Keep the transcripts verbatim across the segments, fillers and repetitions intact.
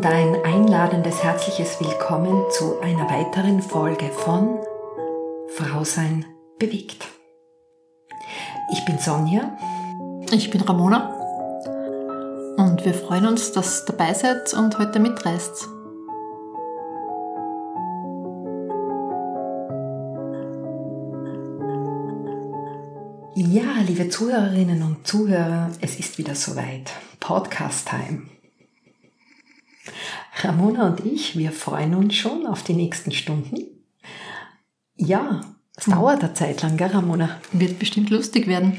und ein einladendes herzliches Willkommen zu einer weiteren Folge von Frausein bewegt. Ich bin Sonja. Ich bin Ramona. Und wir freuen uns, dass ihr dabei seid und heute mitreist. Ja, liebe Zuhörerinnen und Zuhörer, es ist wieder soweit. Podcast-Time. Ramona und ich, wir freuen uns schon auf die nächsten Stunden. Ja, es hm. dauert eine Zeit lang, gell, Ramona? Wird bestimmt lustig werden.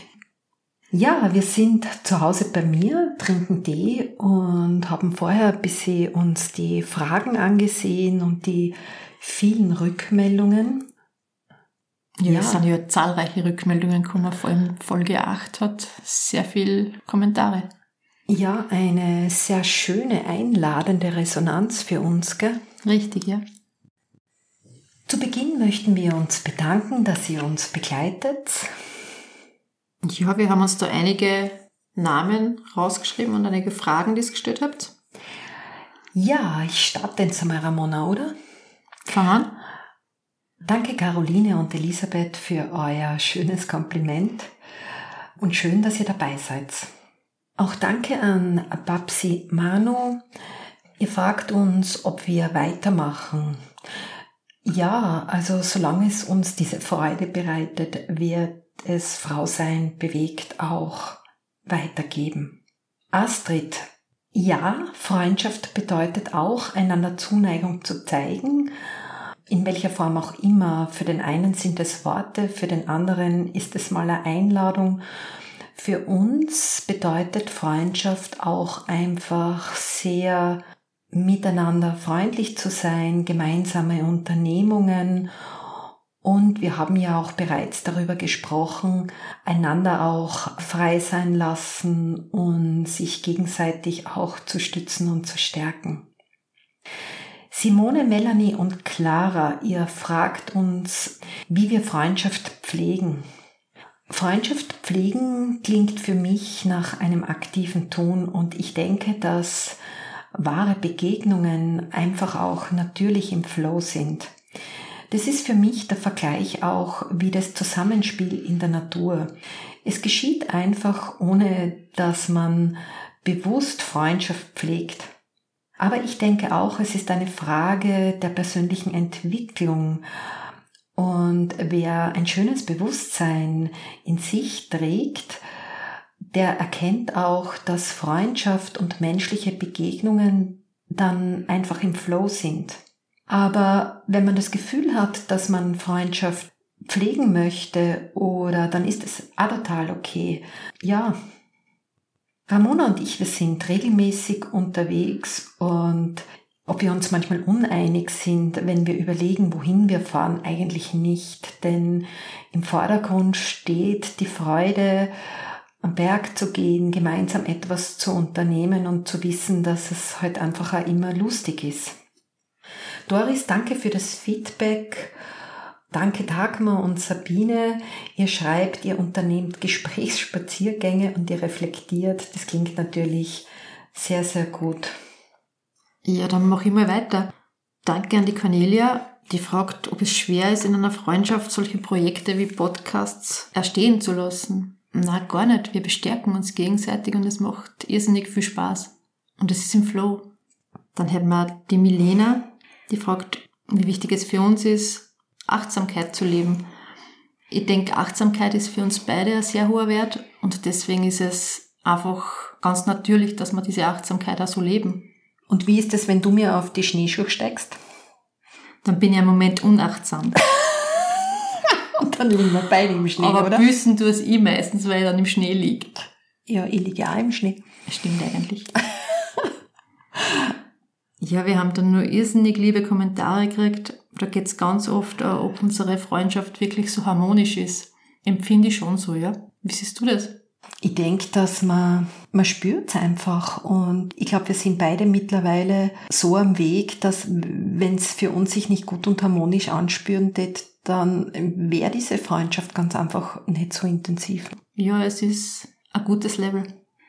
Ja, wir sind zu Hause bei mir, trinken Tee und haben vorher ein bisschen uns die Fragen angesehen und die vielen Rückmeldungen. Ja, ja, es sind ja zahlreiche Rückmeldungen gekommen, vor allem Folge acht hat sehr viele Kommentare. Ja, eine sehr schöne, einladende Resonanz für uns, gell? Richtig, ja. Zu Beginn möchten wir uns bedanken, dass ihr uns begleitet. Ja, wir haben uns da einige Namen rausgeschrieben und einige Fragen, die ihr gestellt habt. Ja, ich starte jetzt einmal, Ramona, oder? Fang an. Danke Caroline und Elisabeth für euer schönes Kompliment und schön, dass ihr dabei seid. Auch danke an Babsi Manu. Ihr fragt uns, ob wir weitermachen. Ja, also solange es uns diese Freude bereitet, wird es Frausein bewegt auch weitergeben. Astrid, ja, Freundschaft bedeutet auch, einander Zuneigung zu zeigen, in welcher Form auch immer. Für den einen sind es Worte, für den anderen ist es mal eine Einladung. Für uns bedeutet Freundschaft auch einfach sehr miteinander freundlich zu sein, gemeinsame Unternehmungen. Und wir haben ja auch bereits darüber gesprochen, einander auch frei sein lassen und sich gegenseitig auch zu stützen und zu stärken. Simone, Melanie und Clara, ihr fragt uns, wie wir Freundschaft pflegen. Freundschaft pflegen klingt für mich nach einem aktiven Tun und ich denke, dass wahre Begegnungen einfach auch natürlich im Flow sind. Das ist für mich der Vergleich auch wie das Zusammenspiel in der Natur. Es geschieht einfach, ohne dass man bewusst Freundschaft pflegt. Aber ich denke auch, es ist eine Frage der persönlichen Entwicklung. Und wer ein schönes Bewusstsein in sich trägt, der erkennt auch, dass Freundschaft und menschliche Begegnungen dann einfach im Flow sind. Aber wenn man das Gefühl hat, dass man Freundschaft pflegen möchte, oder dann ist es auch total okay. Ja, Ramona und ich, wir sind regelmäßig unterwegs und ob wir uns manchmal uneinig sind, wenn wir überlegen, wohin wir fahren, eigentlich nicht. Denn im Vordergrund steht die Freude, am Berg zu gehen, gemeinsam etwas zu unternehmen und zu wissen, dass es halt einfach auch immer lustig ist. Doris, danke für das Feedback. Danke Dagmar und Sabine. Ihr schreibt, ihr unternehmt Gesprächsspaziergänge und ihr reflektiert. Das klingt natürlich sehr, sehr gut. Ja, dann mache ich mal weiter. Danke an die Cornelia, die fragt, ob es schwer ist, in einer Freundschaft solche Projekte wie Podcasts erstehen zu lassen. Na, gar nicht. Wir bestärken uns gegenseitig und es macht irrsinnig viel Spaß. Und es ist im Flow. Dann haben wir die Milena, die fragt, wie wichtig es für uns ist, Achtsamkeit zu leben. Ich denke, Achtsamkeit ist für uns beide ein sehr hoher Wert und deswegen ist es einfach ganz natürlich, dass wir diese Achtsamkeit auch so leben. Und wie ist es, wenn du mir auf die Schneeschuhe steigst? Dann bin ich im Moment unachtsam. Und dann liegen wir beide im Schnee, Aber oder? Aber büßen tue es ich meistens, weil ich dann im Schnee liege. Ja, ich liege auch im Schnee. Stimmt eigentlich. Ja, wir haben dann nur irrsinnig liebe Kommentare gekriegt. Da geht es ganz oft, ob unsere Freundschaft wirklich so harmonisch ist. Empfinde ich schon so, ja. Wie siehst du das? Ich denke, dass man, man spürt es einfach und ich glaube, wir sind beide mittlerweile so am Weg, dass wenn es für uns sich nicht gut und harmonisch anspüren tät, dann wäre diese Freundschaft ganz einfach nicht so intensiv. Ja, es ist ein gutes Level.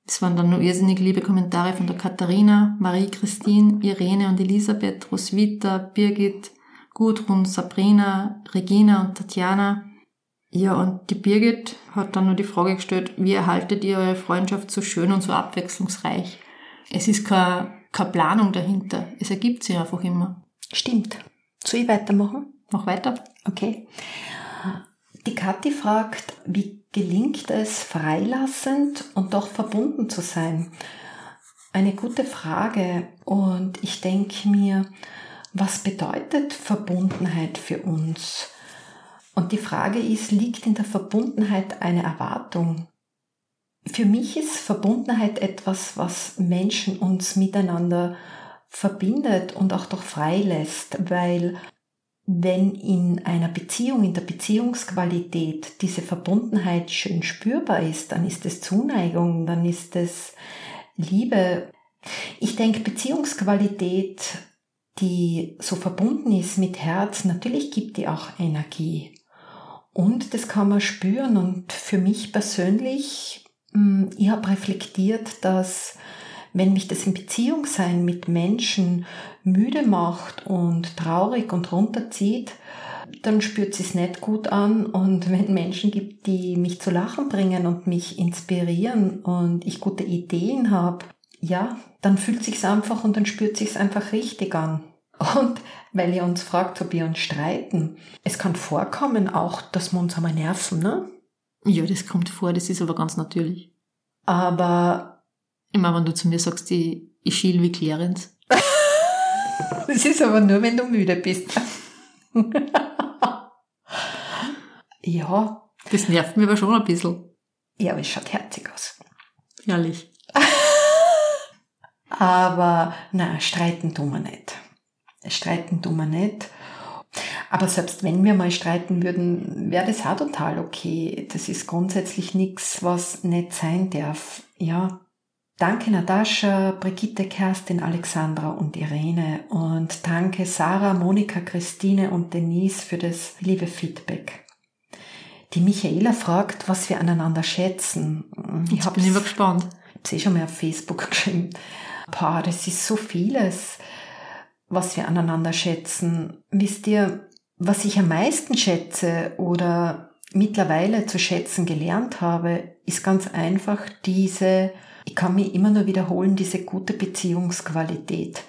Es waren dann noch irrsinnig liebe Kommentare von der Katharina, Marie-Christine, Irene und Elisabeth, Roswitha, Birgit, Gudrun, Sabrina, Regina und Tatjana. Ja, und die Birgit hat dann noch die Frage gestellt, wie erhaltet ihr eure Freundschaft so schön und so abwechslungsreich? Es ist keine, keine Planung dahinter. Es ergibt sich einfach immer. Stimmt. Soll ich weitermachen? Mach weiter. Okay. Die Kathi fragt, wie gelingt es, freilassend und doch verbunden zu sein? Eine gute Frage. Und ich denke mir, was bedeutet Verbundenheit für uns? Und die Frage ist, liegt in der Verbundenheit eine Erwartung? Für mich ist Verbundenheit etwas, was Menschen uns miteinander verbindet und auch doch freilässt, weil wenn in einer Beziehung, in der Beziehungsqualität diese Verbundenheit schön spürbar ist, dann ist es Zuneigung, dann ist es Liebe. Ich denke, Beziehungsqualität, die so verbunden ist mit Herz, natürlich gibt die auch Energie. Und das kann man spüren. Und für mich persönlich, ich habe reflektiert, dass wenn mich das in Beziehung sein mit Menschen müde macht und traurig und runterzieht, dann spürt es nicht gut an. Und wenn Menschen gibt, die mich zu lachen bringen und mich inspirieren und ich gute Ideen habe, ja, dann fühlt sich's einfach und dann spürt sich's einfach richtig an. Und weil ihr uns fragt, ob wir uns streiten, es kann vorkommen auch, dass wir uns einmal nerven, ne? Ja, das kommt vor, das ist aber ganz natürlich. Aber immer wenn du zu mir sagst, ich, ich schiel wie Clarence. Das ist aber nur, wenn du müde bist. Ja. Das nervt mich aber schon ein bisschen. Ja, aber es schaut herzig aus. Ehrlich. Aber, na, streiten tun wir nicht. Streiten tun wir nicht. Aber selbst wenn wir mal streiten würden, wäre das auch total okay. Das ist grundsätzlich nichts, was nicht sein darf. Ja. Danke Natascha, Brigitte, Kerstin, Alexandra und Irene. Und danke Sarah, Monika, Christine und Denise für das liebe Feedback. Die Michaela fragt, was wir aneinander schätzen. Ich Jetzt bin immer gespannt. Ich habe es eh schon mal auf Facebook geschrieben. Boah, das ist so vieles, was wir aneinander schätzen. Wisst ihr, was ich am meisten schätze oder mittlerweile zu schätzen gelernt habe, ist ganz einfach diese, ich kann mich immer nur wiederholen, diese gute Beziehungsqualität.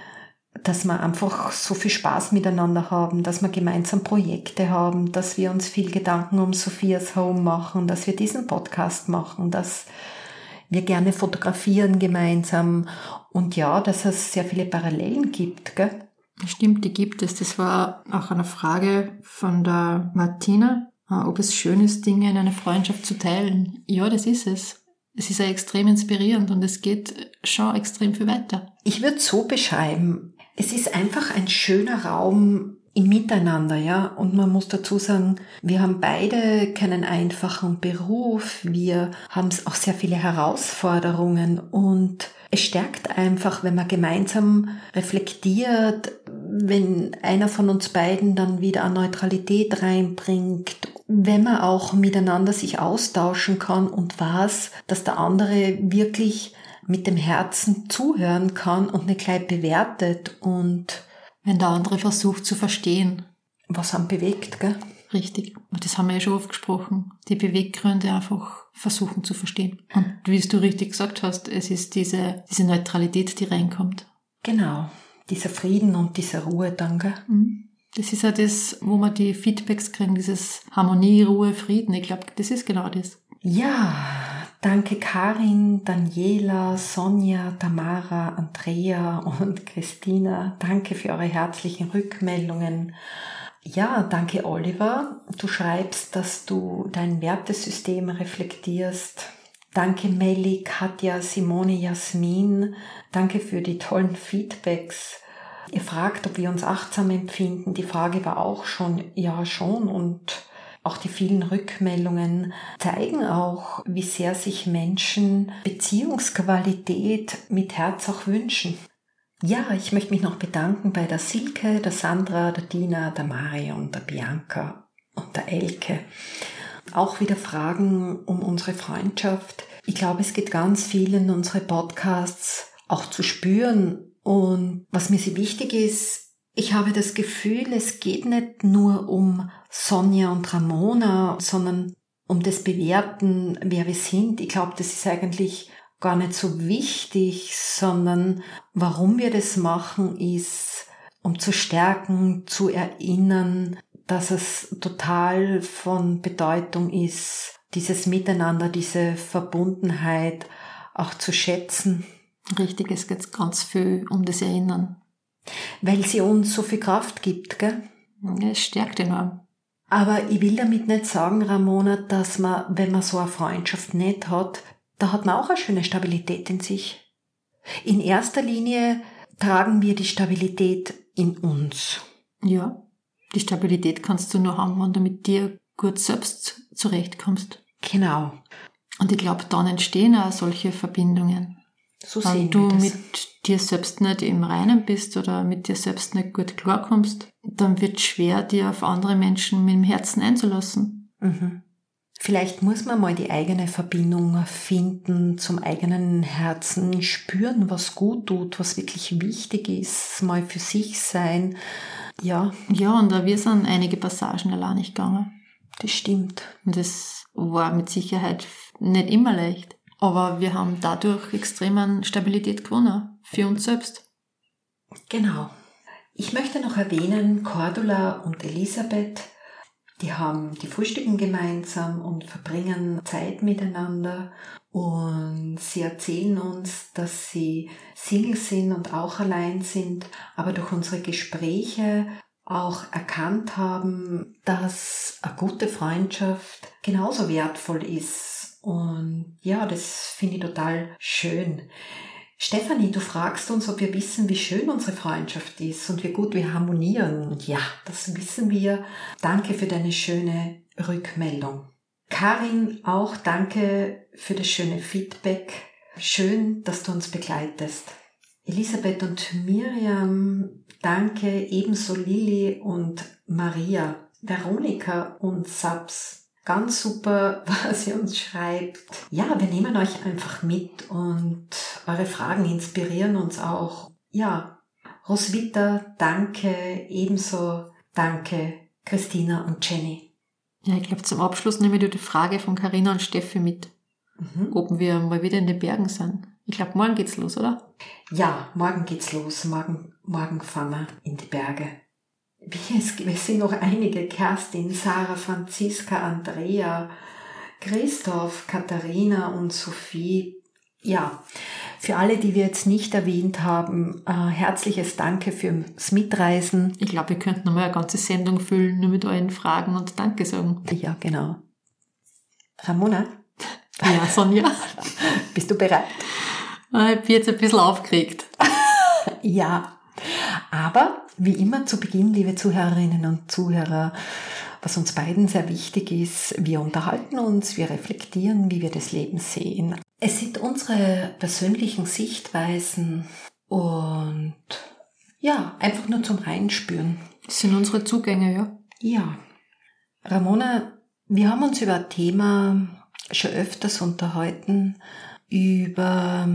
Dass wir einfach so viel Spaß miteinander haben, dass wir gemeinsam Projekte haben, dass wir uns viel Gedanken um Sophias Home machen, dass wir diesen Podcast machen, dass wir gerne fotografieren gemeinsam und ja, dass es sehr viele Parallelen gibt, gell? Stimmt, die gibt es. Das war auch eine Frage von der Martina, ob es schön ist, Dinge in einer Freundschaft zu teilen. Ja, das ist es. Es ist ja extrem inspirierend und es geht schon extrem viel weiter. Ich würde es so beschreiben, es ist einfach ein schöner Raum im Miteinander, ja. Und man muss dazu sagen, wir haben beide keinen einfachen Beruf, wir haben auch sehr viele Herausforderungen und es stärkt einfach, wenn man gemeinsam reflektiert, wenn einer von uns beiden dann wieder eine Neutralität reinbringt, wenn man auch miteinander sich austauschen kann und weiß, dass der andere wirklich mit dem Herzen zuhören kann und nicht gleich bewertet und wenn der andere versucht zu verstehen. Was einen bewegt, gell? Richtig. Und das haben wir ja schon oft gesprochen. Die Beweggründe einfach versuchen zu verstehen. Und wie du richtig gesagt hast, es ist diese, diese Neutralität, die reinkommt. Genau. Dieser Frieden und diese Ruhe dann, gell? Das ist ja das, wo wir die Feedbacks kriegen, dieses Harmonie, Ruhe, Frieden. Ich glaube, das ist genau das. Ja, danke Karin, Daniela, Sonja, Tamara, Andrea und Christina. Danke für eure herzlichen Rückmeldungen. Ja, danke Oliver. Du schreibst, dass du dein Wertesystem reflektierst. Danke Melli, Katja, Simone, Jasmin. Danke für die tollen Feedbacks. Ihr fragt, ob wir uns achtsam empfinden. Die Frage war auch schon, ja schon, und auch die vielen Rückmeldungen zeigen auch, wie sehr sich Menschen Beziehungsqualität mit Herz auch wünschen. Ja, ich möchte mich noch bedanken bei der Silke, der Sandra, der Dina, der Marion, der Bianca und der Elke. Auch wieder Fragen um unsere Freundschaft. Ich glaube, es geht ganz vielen unsere Podcasts auch zu spüren. Und was mir sehr wichtig ist, ich habe das Gefühl, es geht nicht nur um Sonja und Ramona, sondern um das Bewerten, wer wir sind. Ich glaube, das ist eigentlich gar nicht so wichtig, sondern warum wir das machen, ist, um zu stärken, zu erinnern, dass es total von Bedeutung ist, dieses Miteinander, diese Verbundenheit auch zu schätzen. Richtig, es geht ganz viel um das Erinnern. Weil sie uns so viel Kraft gibt, gell? Ja, es stärkt enorm. Aber ich will damit nicht sagen, Ramona, dass man, wenn man so eine Freundschaft nicht hat, da hat man auch eine schöne Stabilität in sich. In erster Linie tragen wir die Stabilität in uns. Ja, die Stabilität kannst du nur haben, wenn du mit dir gut selbst zurechtkommst. Genau. Und ich glaube, dann entstehen auch solche Verbindungen. So sehen Wenn du wir das. mit dir selbst nicht im Reinen bist oder mit dir selbst nicht gut klarkommst, dann wird es schwer, dir auf andere Menschen mit dem Herzen einzulassen. Mhm. Vielleicht muss man mal die eigene Verbindung finden zum eigenen Herzen, spüren, was gut tut, was wirklich wichtig ist, mal für sich sein. Ja, Ja, und da wir sind einige Passagen allein nicht gegangen. das stimmt. Und das war mit Sicherheit nicht immer leicht. Aber wir haben dadurch extrem an Stabilität gewonnen. Für uns selbst. Genau. Ich möchte noch erwähnen, Cordula und Elisabeth, die haben, die frühstücken gemeinsam und verbringen Zeit miteinander. Und sie erzählen uns, dass sie Single sind und auch allein sind, aber durch unsere Gespräche auch erkannt haben, dass eine gute Freundschaft genauso wertvoll ist. Und ja, das finde ich total schön. Stefanie, du fragst uns, ob wir wissen, wie schön unsere Freundschaft ist und wie gut wir harmonieren. Und ja, das wissen wir. Danke für deine schöne Rückmeldung. Karin, auch danke für das schöne Feedback. Schön, dass du uns begleitest. Elisabeth und Miriam, danke, ebenso Lilly und Maria, Veronika und Sabs. Ganz super, was ihr uns schreibt. Ja, wir nehmen euch einfach mit und eure Fragen inspirieren uns auch. Ja, Roswitha, danke, ebenso danke, Christina und Jenny. Ja, ich glaube, zum Abschluss nehme ich die Frage von Carina und Steffi mit, Mhm. ob wir mal wieder in den Bergen sind. Ich glaube, morgen geht's los, oder? Ja, morgen geht's los. Morgen, morgen fahren wir in die Berge. Wie es, es sind noch einige, Kerstin, Sarah, Franziska, Andrea, Christoph, Katharina und Sophie. Ja, für alle, die wir jetzt nicht erwähnt haben, äh, herzliches Danke fürs Mitreisen. Ich glaube, wir könnten noch mal eine ganze Sendung füllen, nur mit euren Fragen und Danke sagen. Ja, genau. Ramona, Ja, Sonja. bist du bereit? Ich bin jetzt ein bisschen aufgeregt. Ja, aber wie immer zu Beginn, liebe Zuhörerinnen und Zuhörer, was uns beiden sehr wichtig ist, wir unterhalten uns, wir reflektieren, wie wir das Leben sehen. Es sind unsere persönlichen Sichtweisen und ja, einfach nur zum Reinspüren. Das sind unsere Zugänge, ja. Ja, Ramona, wir haben uns über ein Thema schon öfters unterhalten, über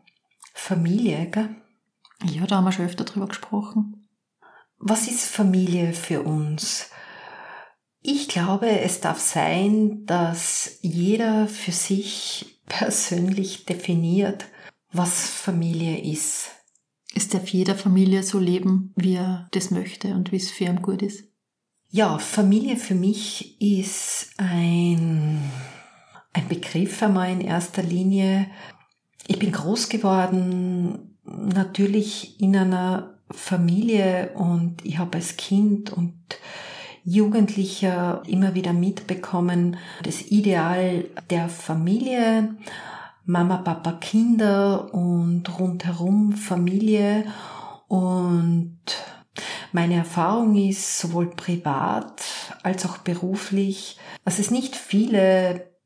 Familie, gell? Ja, da haben wir schon öfter drüber gesprochen. Was ist Familie für uns? Ich glaube, es darf sein, dass jeder für sich persönlich definiert, was Familie ist. Es darf jeder Familie so leben, wie er das möchte und wie es für ihn gut ist. Ja, Familie für mich ist ein, ein Begriff einmal in erster Linie. Ich bin groß geworden, natürlich in einer Familie, und ich habe als Kind und Jugendlicher immer wieder mitbekommen, das Ideal der Familie, Mama, Papa, Kinder und rundherum Familie. Und meine Erfahrung ist, sowohl privat als auch beruflich, dass es nicht viele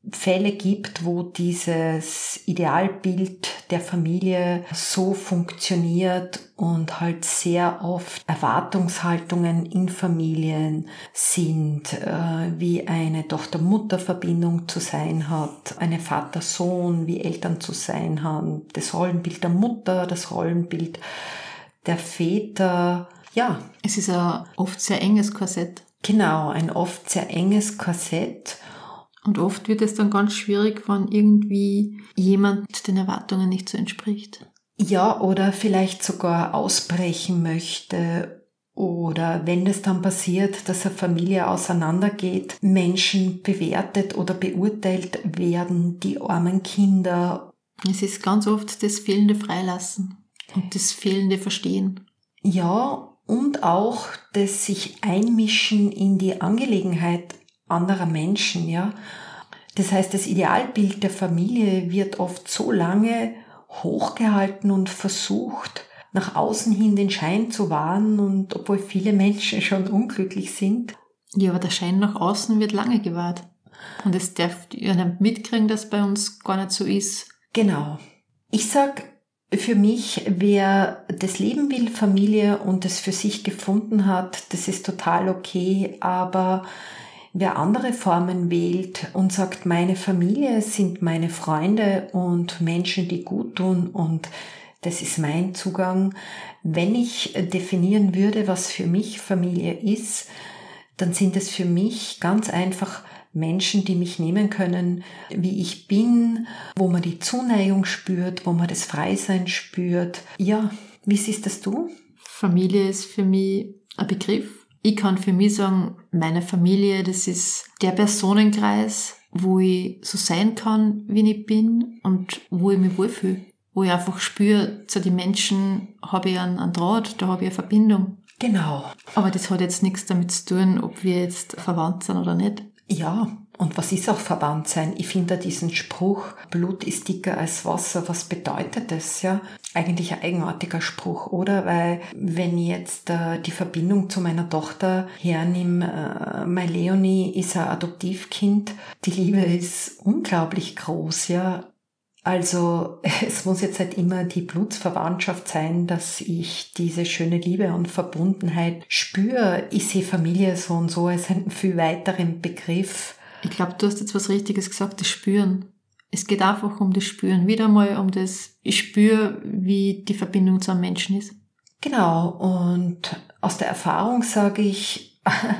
Fälle gibt, wo dieses Idealbild der Familie so funktioniert und halt sehr oft Erwartungshaltungen in Familien sind, äh, wie eine Tochter-Mutter-Verbindung zu sein hat, eine Vater-Sohn, wie Eltern zu sein haben, das Rollenbild der Mutter, das Rollenbild der Väter, ja. Es ist ein oft sehr enges Korsett. Genau, ein oft sehr enges Korsett. Und oft wird es dann ganz schwierig, wenn irgendwie jemand den Erwartungen nicht so entspricht. Ja, oder vielleicht sogar ausbrechen möchte. Oder wenn das dann passiert, dass eine Familie auseinandergeht, Menschen bewertet oder beurteilt werden, die armen Kinder. Es ist ganz oft das fehlende Freilassen und das fehlende Verstehen. Ja, und auch das sich einmischen in die Angelegenheit anderer Menschen, ja. Das heißt, das Idealbild der Familie wird oft so lange hochgehalten und versucht, nach außen hin den Schein zu wahren, und obwohl viele Menschen schon unglücklich sind. Ja, aber der Schein nach außen wird lange gewahrt. Und es darf ja nicht mitkriegen, dass bei uns gar nicht so ist. Genau. Ich sag, für mich, wer das leben will, Familie, und es für sich gefunden hat, das ist total okay, aber wer andere Formen wählt und sagt, meine Familie sind meine Freunde und Menschen, die gut tun, und das ist mein Zugang. Wenn ich definieren würde, was für mich Familie ist, dann sind es für mich ganz einfach Menschen, die mich nehmen können, wie ich bin, wo man die Zuneigung spürt, wo man das Freisein spürt. Ja, wie siehst das du? Familie ist für mich ein Begriff. Ich kann für mich sagen, meine Familie, das ist der Personenkreis, wo ich so sein kann, wie ich bin, und wo ich mich wohlfühle. Wo ich einfach spüre, zu den Menschen habe ich einen, einen Draht, da habe ich eine Verbindung. Genau. Aber das hat jetzt nichts damit zu tun, ob wir jetzt verwandt sind oder nicht. Ja, und was ist auch verwandt sein? Ich finde diesen Spruch, Blut ist dicker als Wasser, was bedeutet das? Ja, eigentlich ein eigenartiger Spruch, oder? Weil wenn ich jetzt äh, die Verbindung zu meiner Tochter hernehme, äh, meine Leonie ist ein Adoptivkind, die Liebe ist unglaublich groß, ja. Also es muss jetzt halt immer die Blutsverwandtschaft sein, dass ich diese schöne Liebe und Verbundenheit spüre. Ich sehe Familie so und so als einen viel weiteren Begriff. Ich glaube, du hast jetzt was Richtiges gesagt, das Spüren. Es geht einfach um das Spüren. Wieder mal um das, ich spüre, wie die Verbindung zu einem Menschen ist. Genau, und aus der Erfahrung sage ich,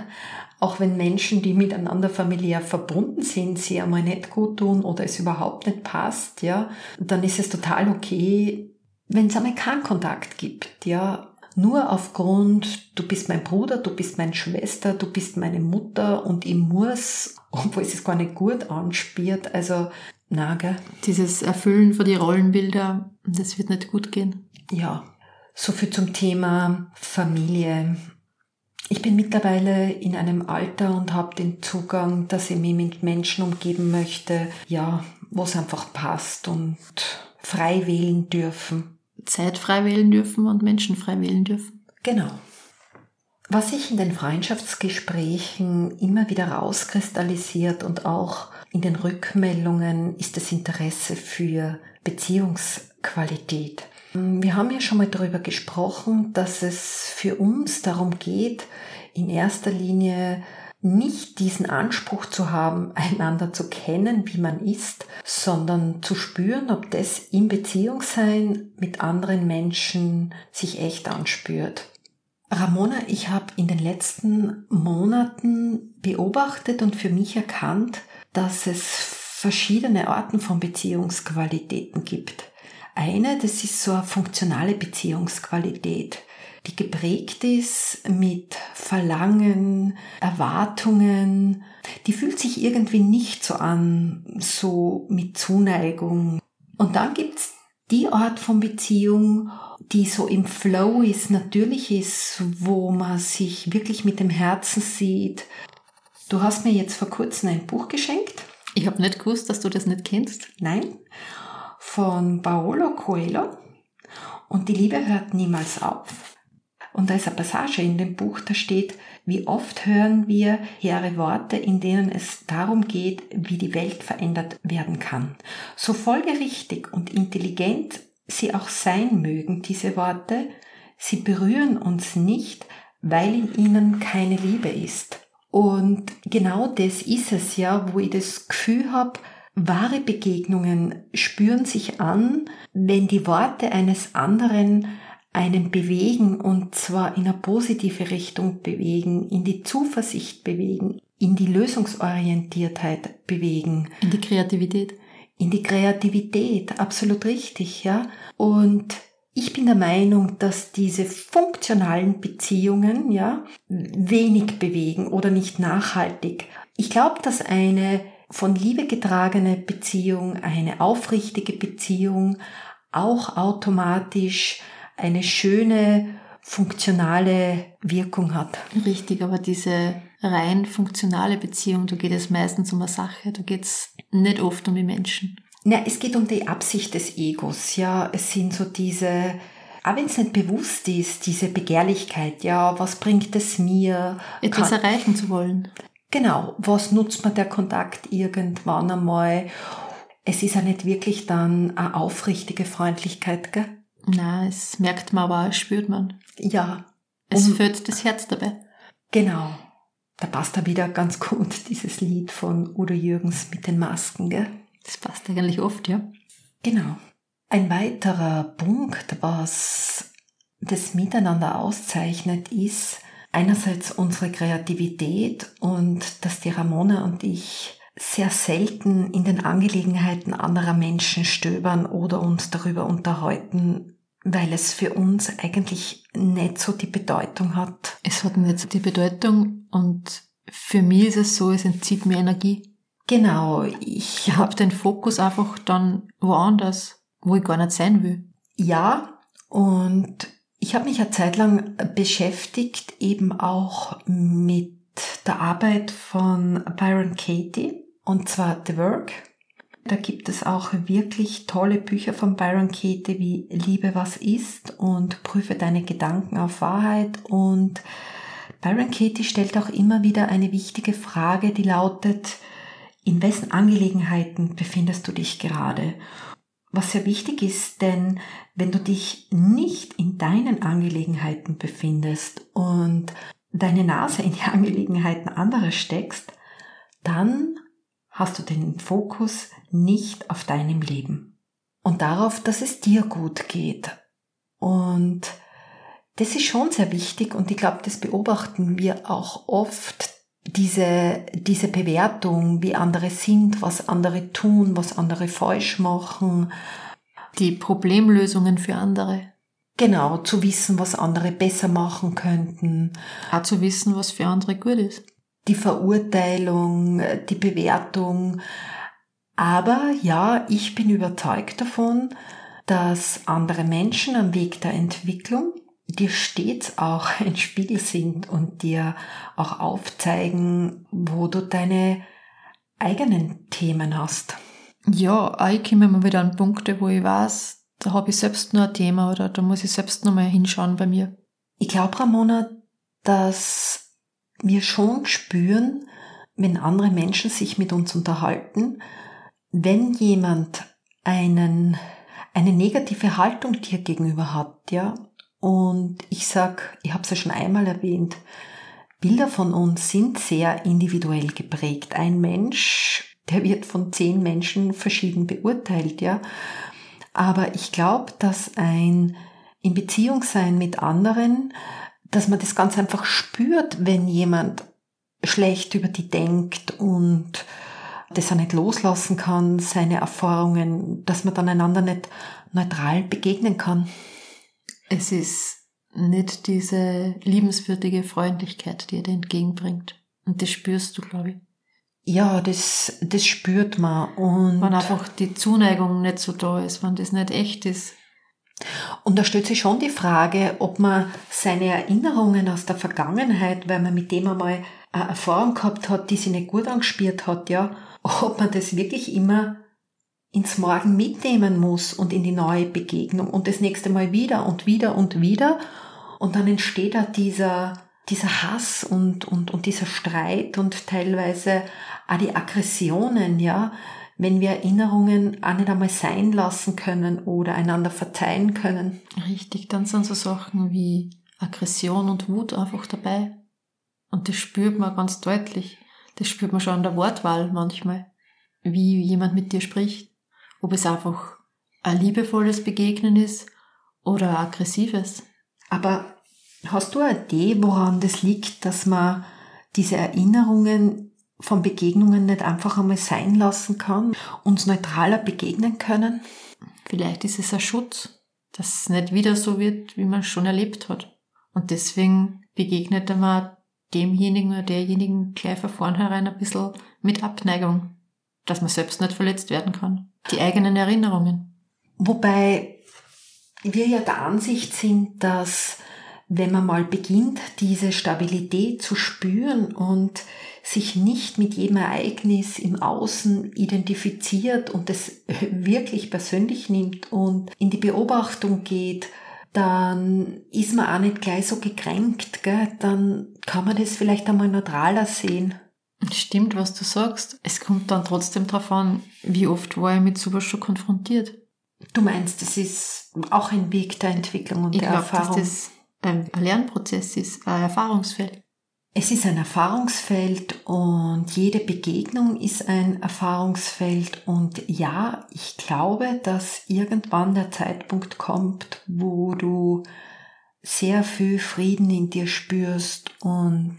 auch wenn Menschen, die miteinander familiär verbunden sind, sie einmal nicht gut tun oder es überhaupt nicht passt, ja, dann ist es total okay, wenn es einmal keinen Kontakt gibt, ja. Nur aufgrund, du bist mein Bruder, du bist meine Schwester, du bist meine Mutter und ich muss, obwohl es sich gar nicht gut anspürt, also, na, gell. Dieses Erfüllen von die Rollenbilder, das wird nicht gut gehen. Ja, so viel zum Thema Familie. Ich bin mittlerweile in einem Alter und habe den Zugang, dass ich mich mit Menschen umgeben möchte, ja, wo es einfach passt und frei wählen dürfen. Zeit frei wählen dürfen und Menschen frei wählen dürfen. Genau. Was sich in den Freundschaftsgesprächen immer wieder rauskristallisiert und auch in den Rückmeldungen, ist das Interesse für Beziehungsqualität. Wir haben ja schon mal darüber gesprochen, dass es für uns darum geht, in erster Linie nicht diesen Anspruch zu haben, einander zu kennen, wie man ist, sondern zu spüren, ob das im Beziehungssein mit anderen Menschen sich echt anspürt. Ramona, ich habe in den letzten Monaten beobachtet und für mich erkannt, dass es verschiedene Arten von Beziehungsqualitäten gibt. Eine, das ist so eine funktionale Beziehungsqualität, die geprägt ist mit Verlangen, Erwartungen. Die fühlt sich irgendwie nicht so an, so mit Zuneigung. Und dann gibt's die Art von Beziehung, die so im Flow ist, natürlich ist, wo man sich wirklich mit dem Herzen sieht. Du hast mir jetzt vor kurzem ein Buch geschenkt. Ich habe nicht gewusst, dass du das nicht kennst. Nein. Von Paulo Coelho, und die Liebe hört niemals auf. Und da ist eine Passage in dem Buch, da steht, Wie oft hören wir hehre Worte, in denen es darum geht, wie die Welt verändert werden kann. So folgerichtig und intelligent sie auch sein mögen, diese Worte, sie berühren uns nicht, weil in ihnen keine Liebe ist. Und genau das ist es ja, wo ich das Gefühl habe, wahre Begegnungen spüren sich an, wenn die Worte eines anderen einen bewegen, und zwar in eine positive Richtung bewegen, in die Zuversicht bewegen, in die Lösungsorientiertheit bewegen. In die Kreativität. In die Kreativität, absolut richtig, ja. Und ich bin der Meinung, dass diese funktionalen Beziehungen, ja, wenig bewegen oder nicht nachhaltig. Ich glaube, dass eine von Liebe getragene Beziehung, eine aufrichtige Beziehung auch automatisch eine schöne, funktionale Wirkung hat. Richtig, aber diese rein funktionale Beziehung, da geht es meistens um eine Sache, da geht es nicht oft um die Menschen. Ja, es geht um die Absicht des Egos, ja, es sind so diese, auch wenn es nicht bewusst ist, diese Begehrlichkeit, ja, was bringt es mir? Etwas Kann, erreichen zu wollen. Genau, was nutzt mir der Kontakt irgendwann einmal? Es ist ja nicht wirklich dann eine aufrichtige Freundlichkeit, gell? Nein, es merkt man aber, spürt man. Ja. Es um, führt das Herz dabei. Genau. Da passt da wieder ganz gut dieses Lied von Udo Jürgens mit den Masken, gell? Das passt eigentlich oft, ja. Genau. Ein weiterer Punkt, was das Miteinander auszeichnet, ist einerseits unsere Kreativität und dass die Ramona und ich sehr selten in den Angelegenheiten anderer Menschen stöbern oder uns darüber unterhalten, weil es für uns eigentlich nicht so die Bedeutung hat. Es hat nicht so die Bedeutung und für mich ist es so, es entzieht mir Energie. Genau, ich Ich habe den Fokus einfach dann woanders, wo ich gar nicht sein will. Ja, und ich habe mich eine Zeit lang beschäftigt, eben auch mit der Arbeit von Byron Katie, und zwar The Work. Da gibt es auch wirklich tolle Bücher von Byron Katie wie Liebe, was ist und Prüfe deine Gedanken auf Wahrheit. Und Byron Katie stellt auch immer wieder eine wichtige Frage, die lautet: In wessen Angelegenheiten befindest du dich gerade? Was sehr wichtig ist, denn wenn du dich nicht in deinen Angelegenheiten befindest und deine Nase in die Angelegenheiten anderer steckst, dann hast du den Fokus nicht auf deinem Leben und darauf, dass es dir gut geht. Und das ist schon sehr wichtig und ich glaube, das beobachten wir auch oft, diese, diese Bewertung, wie andere sind, was andere tun, was andere falsch machen. Die Problemlösungen für andere. Genau, zu wissen, was andere besser machen könnten. Auch zu wissen, was für andere gut ist. Die Verurteilung, die Bewertung. Aber ja, ich bin überzeugt davon, dass andere Menschen am Weg der Entwicklung dir stets auch ein Spiegel sind und dir auch aufzeigen, wo du deine eigenen Themen hast. Ja, ich komme immer wieder an Punkte, wo ich weiß, da habe ich selbst nur ein Thema oder da muss ich selbst noch mal hinschauen bei mir. Ich glaube, Ramona, dass wir schon spüren, wenn andere Menschen sich mit uns unterhalten, wenn jemand einen, eine negative Haltung dir gegenüber hat, ja. Und ich sag, ich habe es ja schon einmal erwähnt, Bilder von uns sind sehr individuell geprägt. Ein Mensch, der wird von zehn Menschen verschieden beurteilt, ja. Aber ich glaube, dass ein in Beziehung sein mit anderen, dass man das ganz einfach spürt, wenn jemand schlecht über die denkt und das er nicht loslassen kann, seine Erfahrungen, dass man dann einander nicht neutral begegnen kann. Es ist nicht diese liebenswürdige Freundlichkeit, die er dir entgegenbringt. Und das spürst du, glaube ich. Ja, das, das spürt man. Und wenn einfach die Zuneigung nicht so da ist, wenn das nicht echt ist. Und da stellt sich schon die Frage, ob man seine Erinnerungen aus der Vergangenheit, weil man mit dem einmal eine Erfahrung gehabt hat, die sich nicht gut angespielt hat, ja, ob man das wirklich immer ins Morgen mitnehmen muss und in die neue Begegnung und das nächste Mal wieder und wieder und wieder. Und dann entsteht da dieser, dieser Hass und, und, und dieser Streit und teilweise auch die Aggressionen, ja, wenn wir Erinnerungen auch nicht einmal sein lassen können oder einander verzeihen können. Richtig, dann sind so Sachen wie Aggression und Wut einfach dabei. Und das spürt man ganz deutlich. Das spürt man schon an der Wortwahl manchmal. Wie jemand mit dir spricht. Ob es einfach ein liebevolles Begegnen ist oder ein aggressives. Aber hast du eine Idee, woran das liegt, dass man diese Erinnerungen von Begegnungen nicht einfach einmal sein lassen kann, uns neutraler begegnen können? Vielleicht ist es ein Schutz, dass es nicht wieder so wird, wie man es schon erlebt hat. Und deswegen begegnet man demjenigen oder derjenigen gleich von vornherein ein bisschen mit Abneigung, dass man selbst nicht verletzt werden kann. Die eigenen Erinnerungen. Wobei wir ja der Ansicht sind, dass wenn man mal beginnt, diese Stabilität zu spüren und sich nicht mit jedem Ereignis im Außen identifiziert und es wirklich persönlich nimmt und in die Beobachtung geht, dann ist man auch nicht gleich so gekränkt, gell? Dann kann man das vielleicht einmal neutraler sehen. Stimmt, was du sagst. Es kommt dann trotzdem darauf an, wie oft war ich mit sowas schon konfrontiert. Du meinst, das ist auch ein Weg der Entwicklung und ich der glaub, Erfahrung? Ich glaube, dass das ein Lernprozess ist, ein Erfahrungsfeld. Es ist ein Erfahrungsfeld und jede Begegnung ist ein Erfahrungsfeld. Und ja, ich glaube, dass irgendwann der Zeitpunkt kommt, wo du sehr viel Frieden in dir spürst und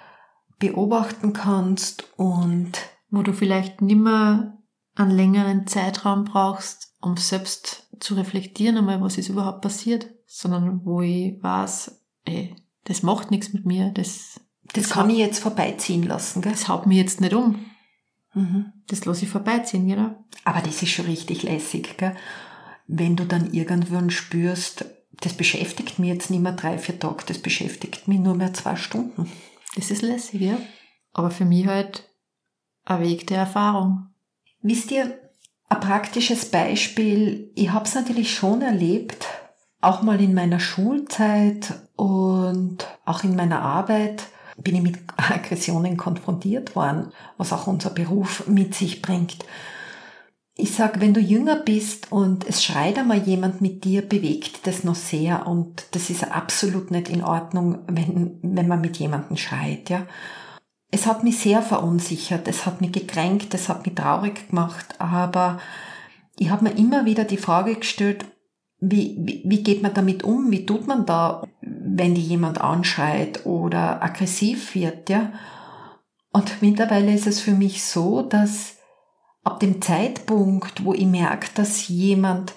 beobachten kannst und wo du vielleicht nimmer einen längeren Zeitraum brauchst, um selbst zu reflektieren einmal, was ist überhaupt passiert, sondern wo ich weiß, ey, das macht nichts mit mir, das Das, das kann ich jetzt vorbeiziehen lassen, gell? Das haut mich jetzt nicht um. Mhm. Das lasse ich vorbeiziehen, genau. Aber das ist schon richtig lässig, gell? Wenn du dann irgendwann spürst, das beschäftigt mich jetzt nicht mehr drei, vier Tage, das beschäftigt mich nur mehr zwei Stunden. Das ist lässig, ja. Aber für mich halt ein Weg der Erfahrung. Wisst ihr, ein praktisches Beispiel, ich habe es natürlich schon erlebt, auch mal in meiner Schulzeit und auch in meiner Arbeit, bin ich mit Aggressionen konfrontiert worden, was auch unser Beruf mit sich bringt. Ich sag, wenn du jünger bist und es schreit einmal jemand mit dir, bewegt das noch sehr und das ist absolut nicht in Ordnung, wenn, wenn man mit jemandem schreit, ja. Es hat mich sehr verunsichert, es hat mich gekränkt, es hat mich traurig gemacht, aber ich habe mir immer wieder die Frage gestellt, Wie, wie, wie geht man damit um? Wie tut man da, wenn die jemand anschreit oder aggressiv wird, ja? Und mittlerweile ist es für mich so, dass ab dem Zeitpunkt, wo ich merke, dass jemand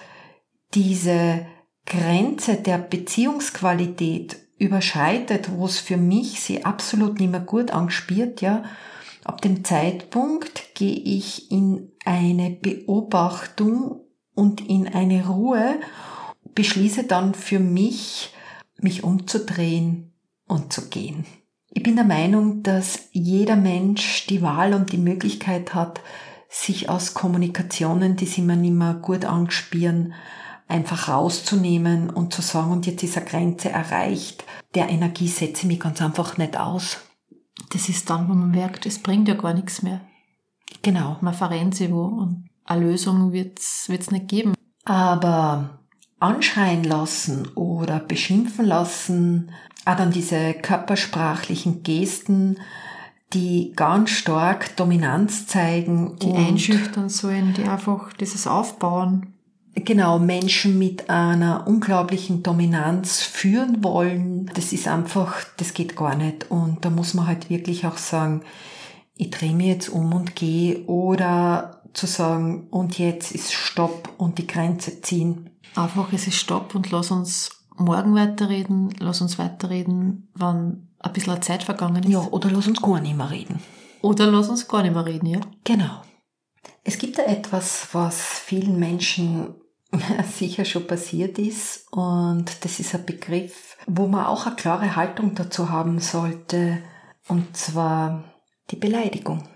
diese Grenze der Beziehungsqualität überschreitet, wo es für mich sie absolut nicht mehr gut anspürt, ja, ab dem Zeitpunkt gehe ich in eine Beobachtung und in eine Ruhe, beschließe dann für mich, mich umzudrehen und zu gehen. Ich bin der Meinung, dass jeder Mensch die Wahl und die Möglichkeit hat, sich aus Kommunikationen, die sie mir nicht mehr gut anspüren, einfach rauszunehmen und zu sagen, und jetzt ist eine Grenze erreicht, der Energie setze ich mich ganz einfach nicht aus. Das ist dann, wo man merkt, es bringt ja gar nichts mehr. Genau. Man verrennt sich wo und eine Lösung wird's, wird's nicht geben. Aber anschreien lassen oder beschimpfen lassen, auch dann diese körpersprachlichen Gesten, die ganz stark Dominanz zeigen. Die einschüchtern sollen, die einfach dieses aufbauen. Genau, Menschen mit einer unglaublichen Dominanz führen wollen. Das ist einfach, das geht gar nicht. Und da muss man halt wirklich auch sagen, ich drehe mich jetzt um und gehe, oder zu sagen, und jetzt ist Stopp und die Grenze ziehen. Einfach, es ist Stopp und lass uns morgen weiterreden, lass uns weiterreden, wann ein bisschen Zeit vergangen ist. Ja, oder lass uns gar nicht mehr reden. Oder lass uns gar nicht mehr reden, ja. Genau. Es gibt da etwas, was vielen Menschen sicher schon passiert ist, und das ist ein Begriff, wo man auch eine klare Haltung dazu haben sollte, und zwar die Beleidigung.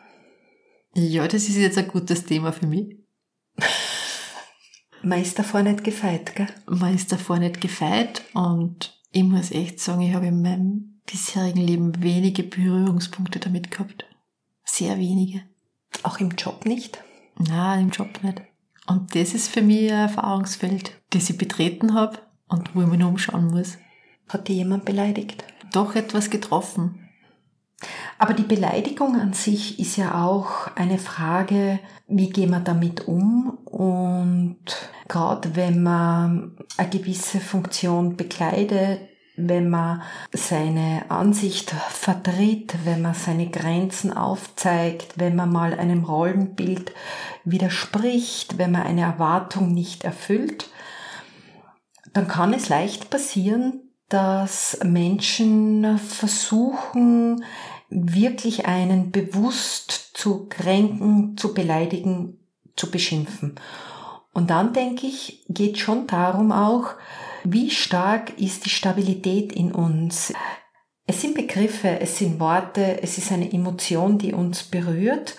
Ja, das ist jetzt ein gutes Thema für mich. Man ist davor nicht gefeit, gell? Man ist davor nicht gefeit, und ich muss echt sagen, ich habe in meinem bisherigen Leben wenige Berührungspunkte damit gehabt. Sehr wenige. Auch im Job nicht? Nein, im Job nicht. Und das ist für mich ein Erfahrungsfeld, das ich betreten habe und wo ich mich nur umschauen muss. Hat dich jemand beleidigt? Doch etwas getroffen. Aber die Beleidigung an sich ist ja auch eine Frage, wie gehen wir damit um? Und gerade wenn man eine gewisse Funktion bekleidet, wenn man seine Ansicht vertritt, wenn man seine Grenzen aufzeigt, wenn man mal einem Rollenbild widerspricht, wenn man eine Erwartung nicht erfüllt, dann kann es leicht passieren, dass Menschen versuchen, wirklich einen bewusst zu kränken, zu beleidigen, zu beschimpfen. Und dann denke ich, geht schon darum auch, wie stark ist die Stabilität in uns. Es sind Begriffe, es sind Worte, es ist eine Emotion, die uns berührt.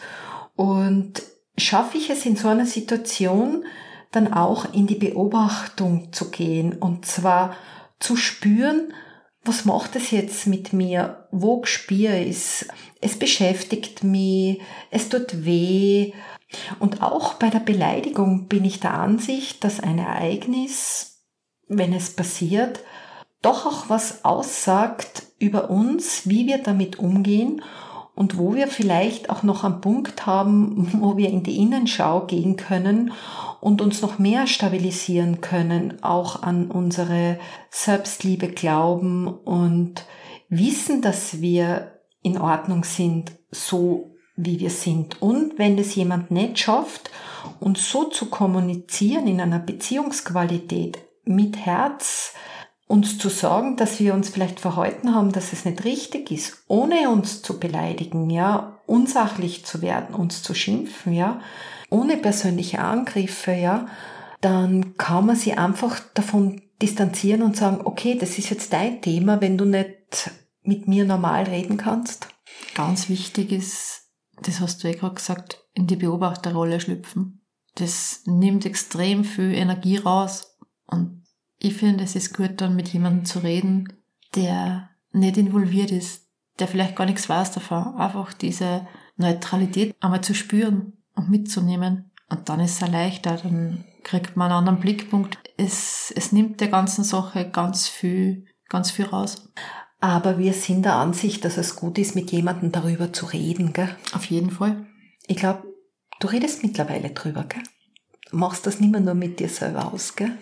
Und schaffe ich es in so einer Situation, dann auch in die Beobachtung zu gehen und zwar zu spüren, was macht es jetzt mit mir, wo spüre ich es, es beschäftigt mich, es tut weh. Und auch bei der Beleidigung bin ich der Ansicht, dass ein Ereignis, wenn es passiert, doch auch was aussagt über uns, wie wir damit umgehen und wo wir vielleicht auch noch einen Punkt haben, wo wir in die Innenschau gehen können und uns noch mehr stabilisieren können, auch an unsere Selbstliebe glauben und wissen, dass wir in Ordnung sind, so wie wir sind. Und wenn es jemand nicht schafft, uns so zu kommunizieren in einer Beziehungsqualität mit Herz, uns zu sagen, dass wir uns vielleicht verhalten haben, dass es nicht richtig ist, ohne uns zu beleidigen, ja, unsachlich zu werden, uns zu schimpfen, ja, ohne persönliche Angriffe, ja, dann kann man sich einfach davon distanzieren und sagen, okay, das ist jetzt dein Thema, wenn du nicht mit mir normal reden kannst. Ganz wichtig ist, das hast du ja gerade gesagt, in die Beobachterrolle schlüpfen. Das nimmt extrem viel Energie raus und ich finde, es ist gut, dann mit jemandem zu reden, der nicht involviert ist, der vielleicht gar nichts weiß davon. Einfach diese Neutralität einmal zu spüren und mitzunehmen. Und dann ist es leichter, dann kriegt man einen anderen Blickpunkt. Es, es nimmt der ganzen Sache ganz viel, ganz viel raus. Aber wir sind der Ansicht, dass es gut ist, mit jemandem darüber zu reden, gell? Auf jeden Fall. Ich glaube, du redest mittlerweile drüber, gell? Du machst das nicht mehr nur mit dir selber aus, gell?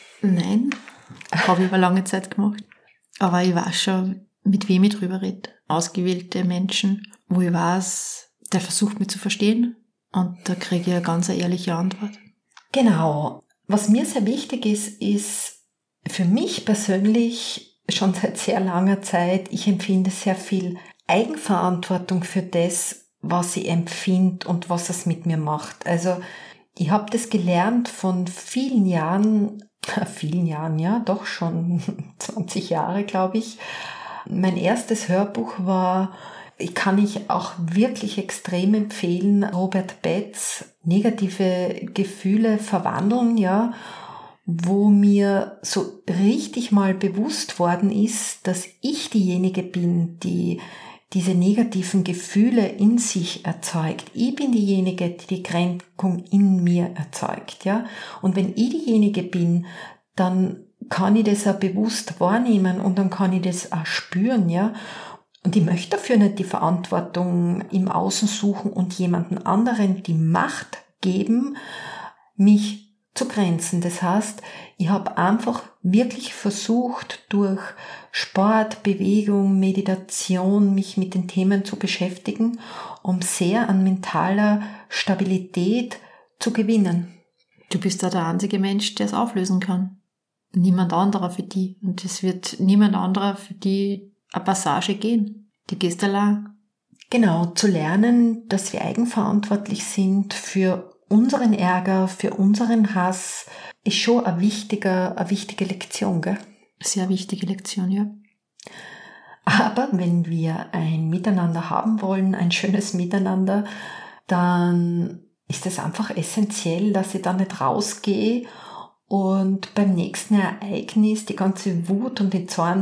Nein, habe ich über lange Zeit gemacht. Aber ich weiß schon, mit wem ich drüber rede. Ausgewählte Menschen, wo ich weiß, der versucht mich zu verstehen. Und da kriege ich eine ganz ehrliche Antwort. Genau. Was mir sehr wichtig ist, ist für mich persönlich schon seit sehr langer Zeit, ich empfinde sehr viel Eigenverantwortung für das, was ich empfinde und was es mit mir macht. Also ich habe das gelernt von vielen Jahren, vielen Jahren, ja, doch schon zwanzig Jahre, glaube ich. Mein erstes Hörbuch war, kann ich auch wirklich extrem empfehlen, Robert Betz, Negative Gefühle verwandeln, ja, wo mir so richtig mal bewusst worden ist, dass ich diejenige bin, die diese negativen Gefühle in sich erzeugt. Ich bin diejenige, die die Kränkung in mir erzeugt, ja. Und wenn ich diejenige bin, dann kann ich das auch bewusst wahrnehmen und dann kann ich das auch spüren, ja. Und ich möchte dafür nicht die Verantwortung im Außen suchen und jemanden anderen die Macht geben, mich zu grenzen. Das heißt, ich habe einfach wirklich versucht, durch Sport, Bewegung, Meditation mich mit den Themen zu beschäftigen, um sehr an mentaler Stabilität zu gewinnen. Du bist da der einzige Mensch, der es auflösen kann. Niemand anderer für die. Und es wird niemand anderer für die eine Passage gehen. Die gehst allein. Genau, zu lernen, dass wir eigenverantwortlich sind für unseren Ärger, für unseren Hass, ist schon eine wichtige, eine wichtige Lektion, gell? Sehr wichtige Lektion, ja. Aber wenn wir ein Miteinander haben wollen, ein schönes Miteinander, dann ist es einfach essentiell, dass ich da nicht rausgehe und beim nächsten Ereignis die ganze Wut und den Zorn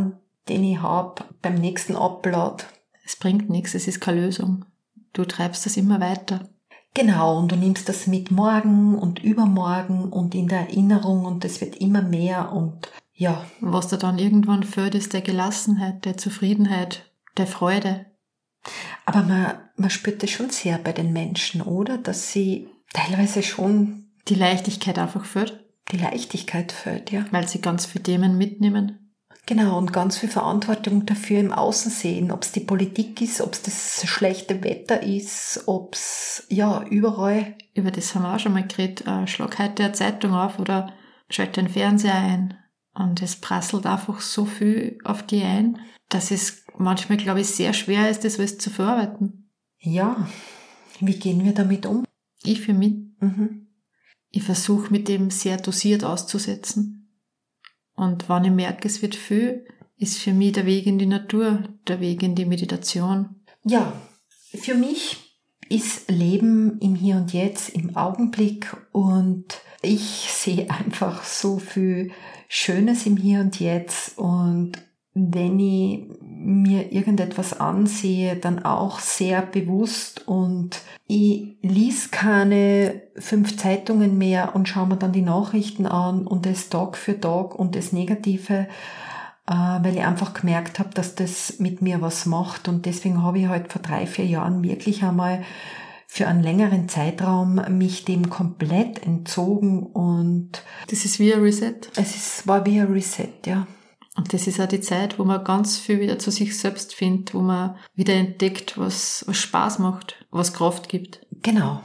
den ich habe, beim nächsten Upload. Es bringt nichts, es ist keine Lösung. Du treibst das immer weiter. Genau, und du nimmst das mit morgen und übermorgen und in der Erinnerung und es wird immer mehr und ja. Was dir dann irgendwann fehlt, ist der Gelassenheit, der Zufriedenheit, der Freude. Aber man, man spürt das schon sehr bei den Menschen, oder? Dass sie teilweise schon die Leichtigkeit einfach fehlt. Die Leichtigkeit fehlt, ja. Weil sie ganz viele Themen mitnehmen. Genau, und ganz viel Verantwortung dafür im Außen sehen, ob es die Politik ist, ob es das schlechte Wetter ist, ob es, ja, überall. Über das haben wir auch schon mal geredet. Äh, schlag heute eine Zeitung auf oder schalte den Fernseher ein. Und es prasselt einfach so viel auf die ein, dass es manchmal, glaube ich, sehr schwer ist, das alles zu verarbeiten. Ja, wie gehen wir damit um? Ich für mich. Mhm. Ich versuche mit dem sehr dosiert auszusetzen. Und wenn ich merke, es wird viel, ist für mich der Weg in die Natur, der Weg in die Meditation. Ja, für mich ist Leben im Hier und Jetzt, im Augenblick, und ich sehe einfach so viel Schönes im Hier und Jetzt, und wenn ich mir irgendetwas ansehe, dann auch sehr bewusst, und ich lese keine fünf Zeitungen mehr und schaue mir dann die Nachrichten an und das Tag für Tag und das Negative, äh, weil ich einfach gemerkt habe, dass das mit mir was macht, und deswegen habe ich halt vor drei, vier Jahren wirklich einmal für einen längeren Zeitraum mich dem komplett entzogen, und das ist wie ein Reset. Es ist, war wie ein Reset, ja. Und das ist auch die Zeit, wo man ganz viel wieder zu sich selbst findet, wo man wieder entdeckt, was, was Spaß macht, was Kraft gibt. Genau.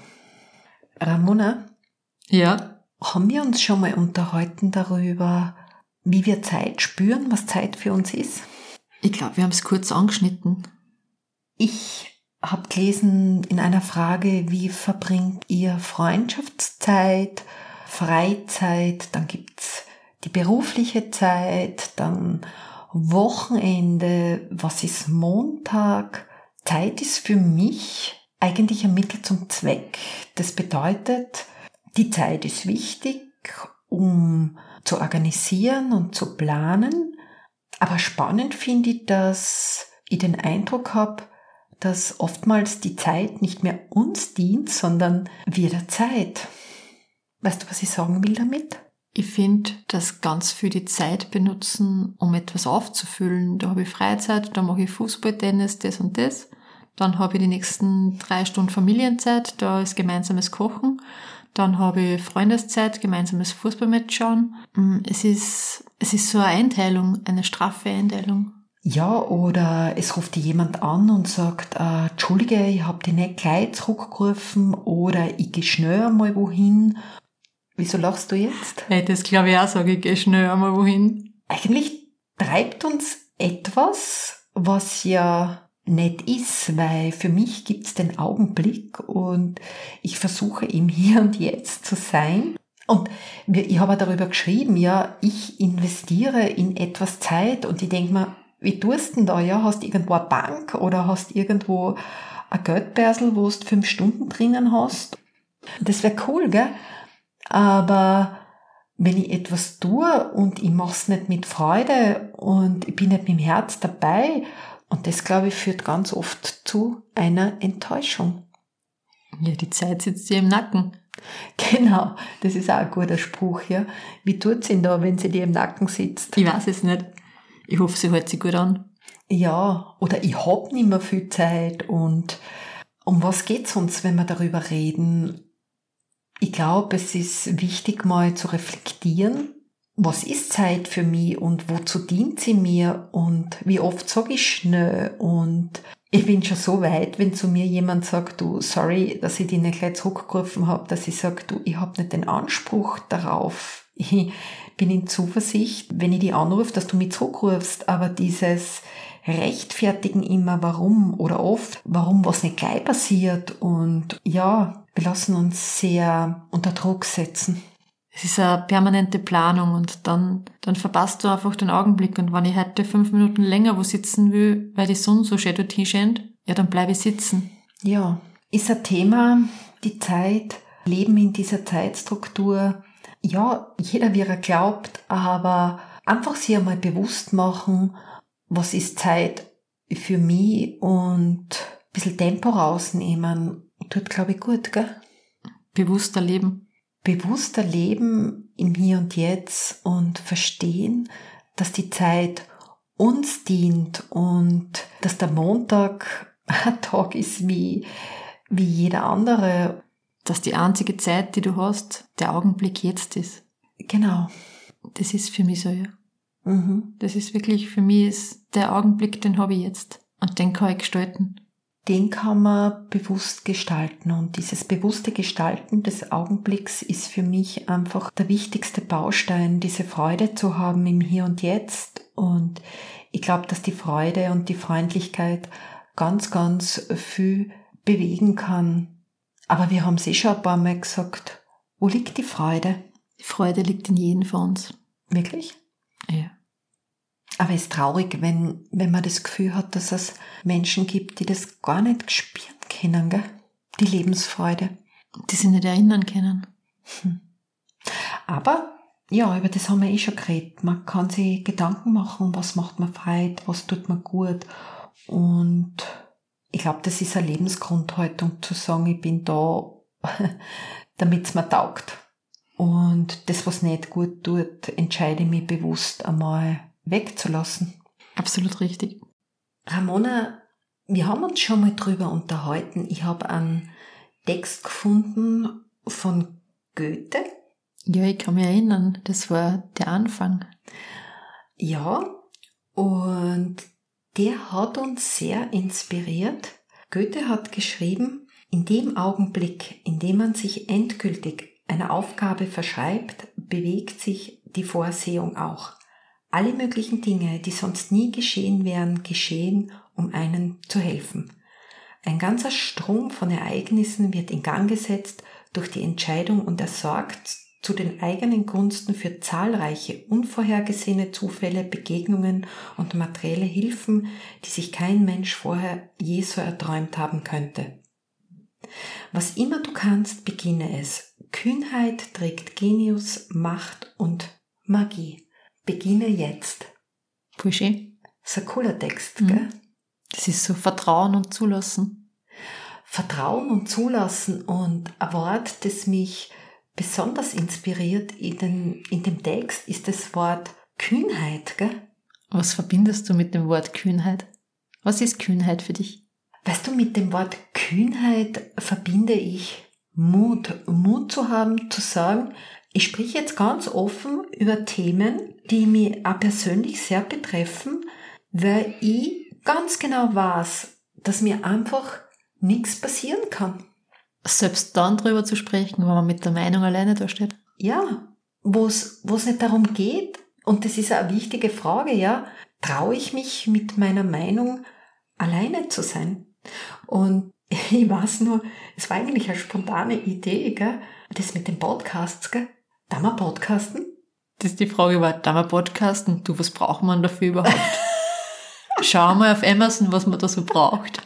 Ramona? Ja? Haben wir uns schon mal unterhalten darüber, wie wir Zeit spüren, was Zeit für uns ist? Ich glaube, wir haben es kurz angeschnitten. Ich habe gelesen in einer Frage, wie verbringt ihr Freundschaftszeit, Freizeit, dann gibt's die berufliche Zeit, dann Wochenende, was ist Montag? Zeit ist für mich eigentlich ein Mittel zum Zweck. Das bedeutet, die Zeit ist wichtig, um zu organisieren und zu planen. Aber spannend finde ich, dass ich den Eindruck habe, dass oftmals die Zeit nicht mehr uns dient, sondern wir der Zeit. Weißt du, was ich sagen will damit? Ich finde, dass ganz viel die Zeit benutzen, um etwas aufzufüllen. Da habe ich Freizeit, da mache ich Fußball, Tennis, das und das. Dann habe ich die nächsten drei Stunden Familienzeit, da ist gemeinsames Kochen. Dann habe ich Freundeszeit, gemeinsames Fußballmatch schauen. Es ist, es ist so eine Einteilung, eine straffe Einteilung. Ja, oder es ruft dir jemand an und sagt, äh, Entschuldige, ich habe dich nicht gleich zurückgerufen, oder ich gehe schnell einmal wohin. Wieso lachst du jetzt? Hey, das glaube ich auch, sage ich, gehe schnell einmal wohin. Eigentlich treibt uns etwas, was ja nicht ist, weil für mich gibt's den Augenblick und ich versuche im Hier und Jetzt zu sein. Und ich habe darüber geschrieben, ja, ich investiere in etwas Zeit, und ich denke mir, wie tust du denn da? Ja, hast du irgendwo eine Bank oder hast irgendwo ein Geldbörsel, wo du fünf Stunden drinnen hast? Das wäre cool, gell? Aber wenn ich etwas tue und ich mache es nicht mit Freude und ich bin nicht mit dem Herz dabei, und das, glaube ich, führt ganz oft zu einer Enttäuschung. Ja, die Zeit sitzt dir im Nacken. Genau, das ist auch ein guter Spruch, ja. Wie tut's denn da, wenn sie dir im Nacken sitzt? Ich weiß es nicht. Ich hoffe, sie hält sich gut an. Ja, oder ich hab nicht mehr viel Zeit, und um was geht's uns, wenn wir darüber reden? Ich glaube, es ist wichtig, mal zu reflektieren, was ist Zeit für mich und wozu dient sie mir und wie oft sage ich schnell, und ich bin schon so weit, wenn zu mir jemand sagt, du, sorry, dass ich dich nicht gleich zurückgerufen habe, dass ich sage, du, ich habe nicht den Anspruch darauf. Ich bin in Zuversicht, wenn ich dich anrufe, dass du mich zurückrufst, aber dieses Rechtfertigen immer, warum oder oft, warum was nicht gleich passiert, und ja, wir lassen uns sehr unter Druck setzen. Es ist eine permanente Planung, und dann, dann verpasst du einfach den Augenblick, und wenn ich heute fünf Minuten länger wo sitzen will, weil die Sonne so schön dort hinscheint, ja, dann bleibe ich sitzen. Ja, ist ein Thema, die Zeit, Leben in dieser Zeitstruktur. Ja, jeder wie er glaubt, aber einfach sich einmal bewusst machen, was ist Zeit für mich und ein bisschen Tempo rausnehmen, tut, glaube ich, gut, gell? Bewusster leben. Bewusster leben im Hier und Jetzt und verstehen, dass die Zeit uns dient und dass der Montag ein Tag ist wie, wie jeder andere. Dass die einzige Zeit, die du hast, der Augenblick jetzt ist. Genau. Das ist für mich so, ja. Mhm. Das ist wirklich, für mich ist der Augenblick, den habe ich jetzt. Und den kann ich gestalten. Den kann man bewusst gestalten. Und dieses bewusste Gestalten des Augenblicks ist für mich einfach der wichtigste Baustein, diese Freude zu haben im Hier und Jetzt. Und ich glaube, dass die Freude und die Freundlichkeit ganz, ganz viel bewegen kann. Aber wir haben es eh schon ein paar Mal gesagt. Wo liegt die Freude? Die Freude liegt in jedem von uns. Wirklich? Ja. Aber es ist traurig, wenn, wenn man das Gefühl hat, dass es Menschen gibt, die das gar nicht spüren können, gell? Die Lebensfreude. Die sich nicht erinnern können. Hm. Aber, ja, über das haben wir eh schon geredet. Man kann sich Gedanken machen, was macht man Freude, was tut man gut. Und ich glaube, das ist eine Lebensgrundhaltung, zu sagen, ich bin da, damit es mir taugt. Und das, was nicht gut tut, entscheide ich mich bewusst einmal wegzulassen. Absolut richtig. Ramona, wir haben uns schon mal drüber unterhalten. Ich habe einen Text gefunden von Goethe. Ja, ich kann mich erinnern, das war der Anfang. Ja, und der hat uns sehr inspiriert. Goethe hat geschrieben, in dem Augenblick, in dem man sich endgültig einer Aufgabe verschreibt, bewegt sich die Vorsehung auch. Alle möglichen Dinge, die sonst nie geschehen wären, geschehen, um einen zu helfen. Ein ganzer Strom von Ereignissen wird in Gang gesetzt durch die Entscheidung und er sorgt zu den eigenen Gunsten für zahlreiche unvorhergesehene Zufälle, Begegnungen und materielle Hilfen, die sich kein Mensch vorher je so erträumt haben könnte. Was immer du kannst, beginne es. Kühnheit trägt Genius, Macht und Magie. Beginne jetzt. Voll schön. Das ist ein cooler Text, mhm. gell? Das ist so Vertrauen und Zulassen. Vertrauen und Zulassen und ein Wort, das mich besonders inspiriert in, den, in dem Text, ist das Wort Kühnheit, gell? Was verbindest du mit dem Wort Kühnheit? Was ist Kühnheit für dich? Weißt du, mit dem Wort Kühnheit verbinde ich Mut. Mut zu haben, zu sagen, ich spreche jetzt ganz offen über Themen, die mich auch persönlich sehr betreffen, weil ich ganz genau weiß, dass mir einfach nichts passieren kann. Selbst dann drüber zu sprechen, wenn man mit der Meinung alleine da steht. Ja, wo es nicht darum geht, und das ist eine wichtige Frage, ja, traue ich mich mit meiner Meinung alleine zu sein? Und ich weiß nur, es war eigentlich eine spontane Idee, gell? Das mit den Podcasts, gell? Darf man podcasten? Das ist die Frage, war, darf man podcasten? Du, was braucht man dafür überhaupt? Schau mal auf Amazon, was man da so braucht.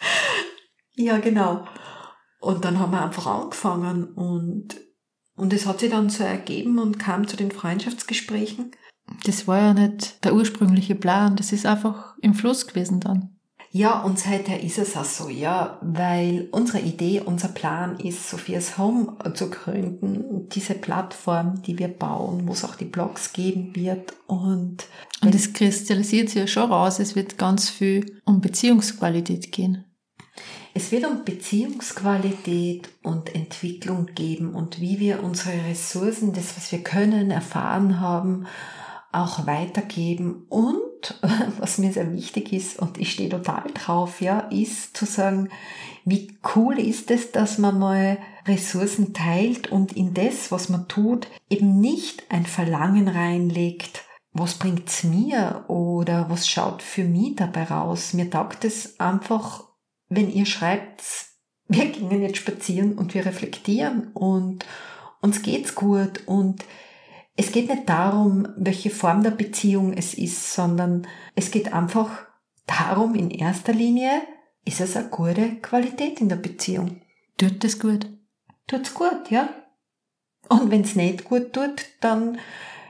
Ja, genau. Und dann haben wir einfach angefangen und, und es hat sich dann so ergeben und kam zu den Freundschaftsgesprächen. Das war ja nicht der ursprüngliche Plan, das ist einfach im Fluss gewesen dann. Ja, und seither ist es auch so, ja, weil unsere Idee, unser Plan ist, Sophia's Home zu gründen, diese Plattform, die wir bauen, wo es auch die Blogs geben wird. Und und es kristallisiert sich ja schon raus, es wird ganz viel um Beziehungsqualität gehen. Es wird um Beziehungsqualität und Entwicklung geben und wie wir unsere Ressourcen, das, was wir können, erfahren haben, auch weitergeben. Und was mir sehr wichtig ist, und ich stehe total drauf, ja, ist zu sagen, wie cool ist es, dass man mal Ressourcen teilt und in das, was man tut, eben nicht ein Verlangen reinlegt, was bringt's mir oder was schaut für mich dabei raus. Mir taugt es einfach, wenn ihr schreibt, wir gingen jetzt spazieren und wir reflektieren und uns geht's gut und es geht nicht darum, welche Form der Beziehung es ist, sondern es geht einfach darum, in erster Linie, ist es eine gute Qualität in der Beziehung. Tut das gut? Tut's gut, ja. Und wenn's nicht gut tut, dann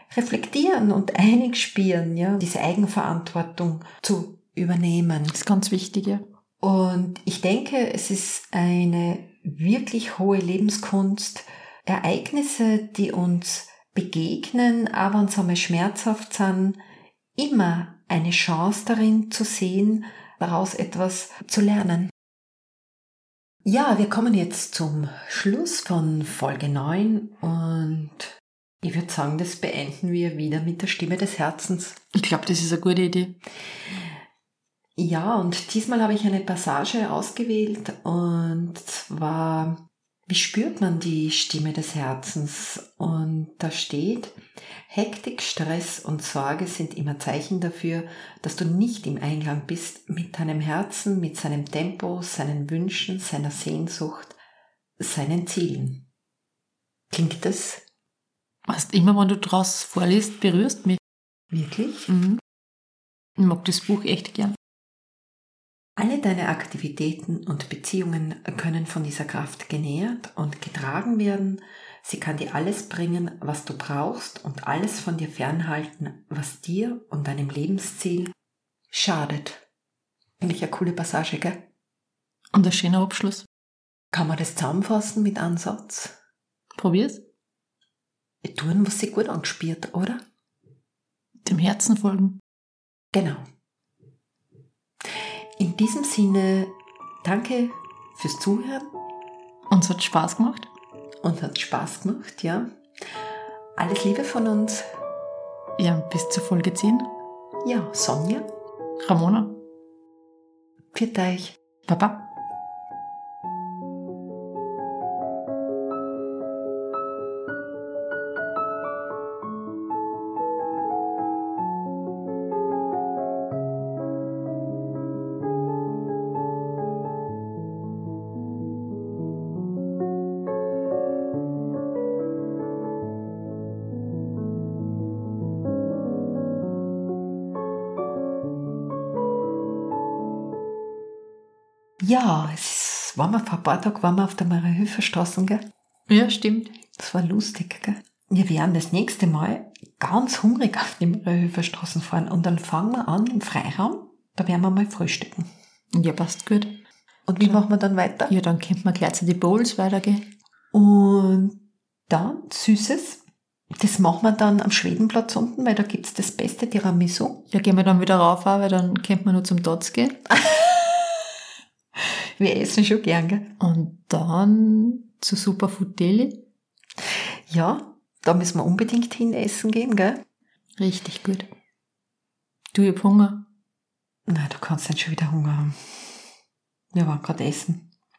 reflektieren und einspüren, ja, diese Eigenverantwortung zu übernehmen. Das ist ganz wichtig, ja. Und ich denke, es ist eine wirklich hohe Lebenskunst, Ereignisse, die uns begegnen, aber uns einmal schmerzhaft sind, immer eine Chance darin zu sehen, daraus etwas zu lernen. Ja, wir kommen jetzt zum Schluss von Folge neun und ich würde sagen, das beenden wir wieder mit der Stimme des Herzens. Ich glaube, das ist eine gute Idee. Ja, und diesmal habe ich eine Passage ausgewählt und zwar, wie spürt man die Stimme des Herzens? Und da steht, Hektik, Stress und Sorge sind immer Zeichen dafür, dass du nicht im Einklang bist mit deinem Herzen, mit seinem Tempo, seinen Wünschen, seiner Sehnsucht, seinen Zielen. Klingt das? Weißt, immer wenn du draus vorliest, berührst mich. Wirklich? Mhm. Ich mag das Buch echt gern. Alle deine Aktivitäten und Beziehungen können von dieser Kraft genährt und getragen werden. Sie kann dir alles bringen, was du brauchst und alles von dir fernhalten, was dir und deinem Lebensziel schadet. Finde ich eine coole Passage, gell? Und ein schöner Abschluss. Kann man das zusammenfassen mit einem Satz? Probier's. Tun, was sich gut angespielt, oder? Dem Herzen folgen. Genau. In diesem Sinne, danke fürs Zuhören. Uns hat Spaß gemacht. Uns hat Spaß gemacht, ja. Alles Liebe von uns. Ja, bis zur Folge zehn. Ja, Sonja. Ramona. Pfiat euch. Baba. Ja, es war mal vor ein paar Tagen waren wir auf der Mariahilferstraße, gell? Ja, stimmt. Das war lustig, gell? Wir werden das nächste Mal ganz hungrig auf die Mariahilferstraße fahren und dann fangen wir an im Freiraum, da werden wir mal frühstücken. Ja, passt gut. Und wie Ja. machen wir dann weiter? Ja, dann könnte man gleich zu die Bowls weitergehen. Und dann Süßes. Das machen wir dann am Schwedenplatz unten, weil da gibt's das beste Tiramisu. Ja, gehen wir dann wieder rauf, weil dann könnte man nur zum Dotz gehen. Wir essen schon gern, gell? Und dann zu Superfood Deli. Ja, da müssen wir unbedingt hin essen gehen, gell? Richtig gut. Du, ich hab Hunger. Na, du kannst nicht schon wieder Hunger haben. Wir waren gerade essen.